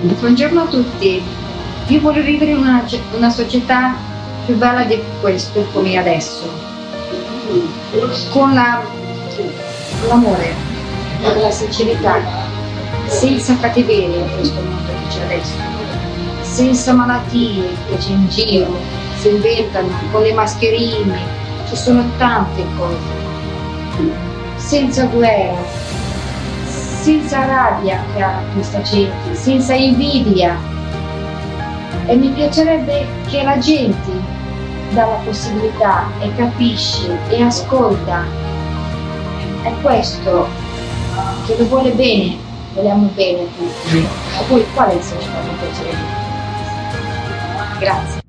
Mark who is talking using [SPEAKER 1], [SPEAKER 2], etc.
[SPEAKER 1] Buongiorno a tutti. Io voglio vivere in una società più bella di questo come è adesso, con l'amore, con la sincerità, senza cattiveria in questo mondo che c'è adesso, senza malattie che c'è in giro, si inventano con le mascherine, ci sono tante cose, senza guerra, senza rabbia che ha questa gente, senza invidia. E mi piacerebbe che la gente dà la possibilità e capisce e ascolta. È questo che lo vuole bene, vogliamo bene tutti. A voi quale società vi piacerebbe? Grazie.